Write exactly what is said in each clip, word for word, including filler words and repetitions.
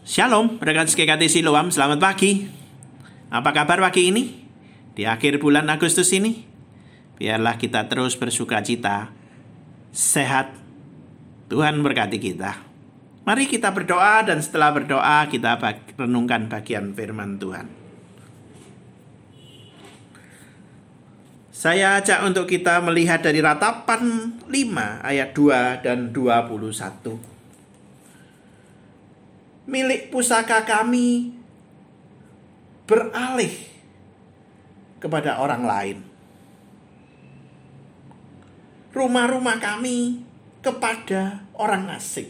Shalom, rekan G K T Siloam, selamat pagi. Apa kabar pagi ini? Di akhir bulan Agustus ini, biarlah kita terus bersuka cita, sehat, Tuhan berkati kita. Mari kita berdoa, dan setelah berdoa kita bag- renungkan bagian firman Tuhan. Saya ajak untuk kita melihat dari Ratapan lima ayat dua dan dua puluh satu. Milik pusaka kami beralih kepada orang lain. Rumah-rumah kami kepada orang asing.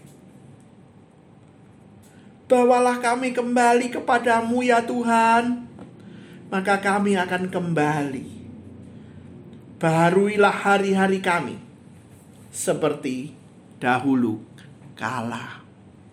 Bawalah kami kembali kepadamu ya Tuhan, maka kami akan kembali. Baharuilah hari-hari kami seperti dahulu kala.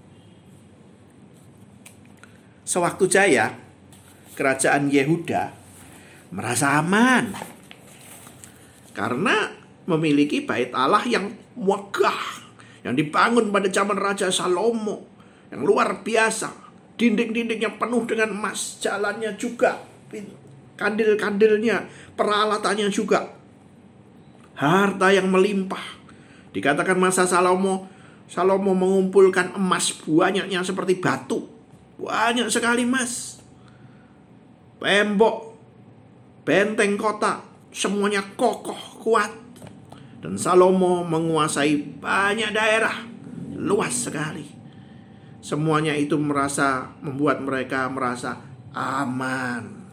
Sewaktu jaya, kerajaan Yehuda merasa aman karena memiliki bait Allah yang megah, yang dibangun pada zaman Raja Salomo, yang luar biasa. Dinding-dindingnya penuh dengan emas, jalannya juga, kandil-kandilnya, peralatannya juga, harta yang melimpah. Dikatakan masa Salomo, Salomo mengumpulkan emas banyaknya seperti batu. Banyak sekali emas. Tembok, benteng kota, semuanya kokoh, kuat. Dan Salomo menguasai banyak daerah, luas sekali. Semuanya itu merasa membuat mereka merasa aman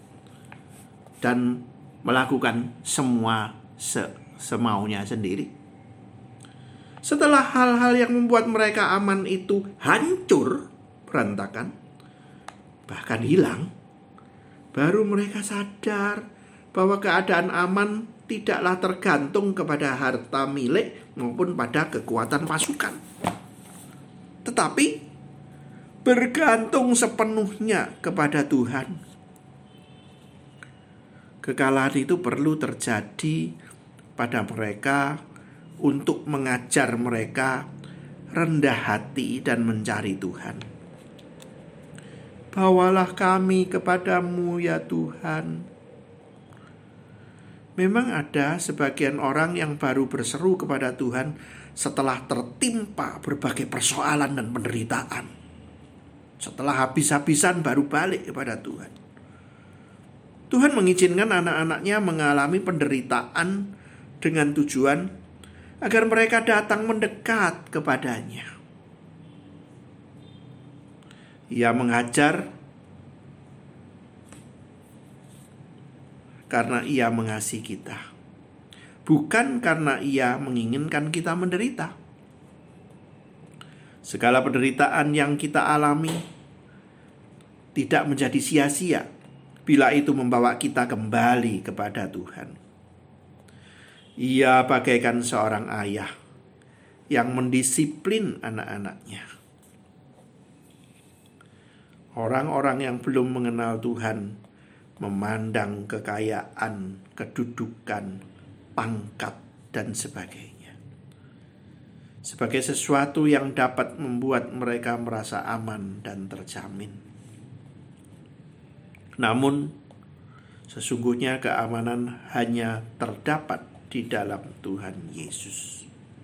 dan melakukan semua se- semaunya sendiri. Setelah hal-hal yang membuat mereka aman itu hancur, berantakan, bahkan hilang, baru mereka sadar bahwa keadaan aman tidaklah tergantung kepada harta milik maupun pada kekuatan pasukan, tetapi bergantung sepenuhnya kepada Tuhan. Kekalahan itu perlu terjadi pada mereka untuk mengajar mereka rendah hati dan mencari Tuhan. Bawalah kami kepadamu ya Tuhan. Memang ada sebagian orang yang baru berseru kepada Tuhan setelah tertimpa berbagai persoalan dan penderitaan. Setelah habis-habisan baru balik kepada Tuhan. Tuhan mengizinkan anak-anaknya mengalami penderitaan dengan tujuan agar mereka datang mendekat kepadanya. Ia mengajar karena ia mengasihi kita, bukan karena ia menginginkan kita menderita. Segala penderitaan yang kita alami tidak menjadi sia-sia bila itu membawa kita kembali kepada Tuhan. Ia bagaikan seorang ayah yang mendisiplin anak-anaknya. Orang-orang yang belum mengenal Tuhan memandang kekayaan, kedudukan, pangkat, dan sebagainya sebagai sesuatu yang dapat membuat mereka merasa aman dan terjamin. Namun, sesungguhnya keamanan hanya terdapat di dalam Tuhan Yesus.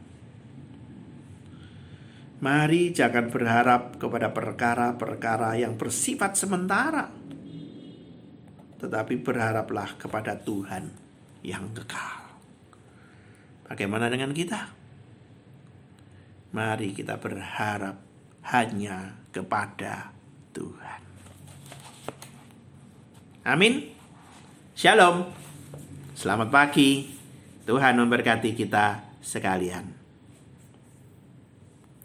Mari jangan berharap kepada perkara-perkara yang bersifat sementara, tetapi berharaplah kepada Tuhan yang kekal. Bagaimana dengan kita? Mari kita berharap hanya kepada Tuhan. Amin. Shalom. Selamat pagi. Tuhan memberkati kita sekalian.